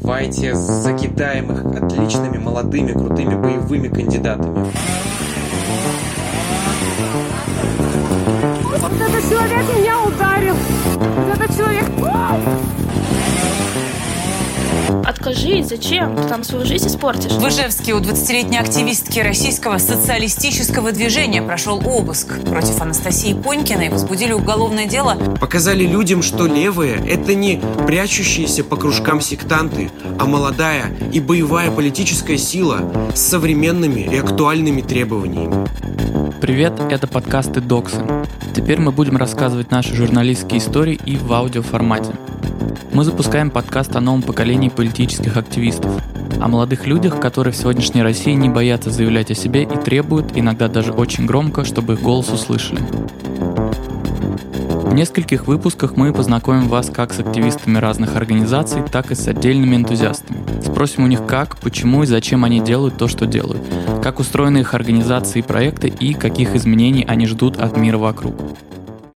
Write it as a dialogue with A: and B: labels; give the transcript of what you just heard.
A: Давайте закидаем их отличными, молодыми, крутыми, боевыми кандидатами.
B: Вот этот человек меня ударил. Вот этот человек...
C: Откажись, зачем? Ты там свою жизнь испортишь.
D: В Ижевске у 20-летней активистки российского социалистического движения прошел обыск. Против Анастасии Понькиной возбудили уголовное дело.
A: Показали людям, что левые – это не прячущиеся по кружкам сектанты, а молодая и боевая политическая сила с современными и актуальными требованиями.
E: Привет, это подкасты «Доксы». Теперь мы будем рассказывать наши журналистские истории и в аудиоформате. Мы запускаем подкаст о новом поколении политических активистов, о молодых людях, которые в сегодняшней России не боятся заявлять о себе и требуют, иногда даже очень громко, чтобы их голос услышали. В нескольких выпусках мы познакомим вас как с активистами разных организаций, так и с отдельными энтузиастами. Спросим у них как, почему и зачем они делают то, что делают, как устроены их организации и проекты и каких изменений они ждут от мира вокруг.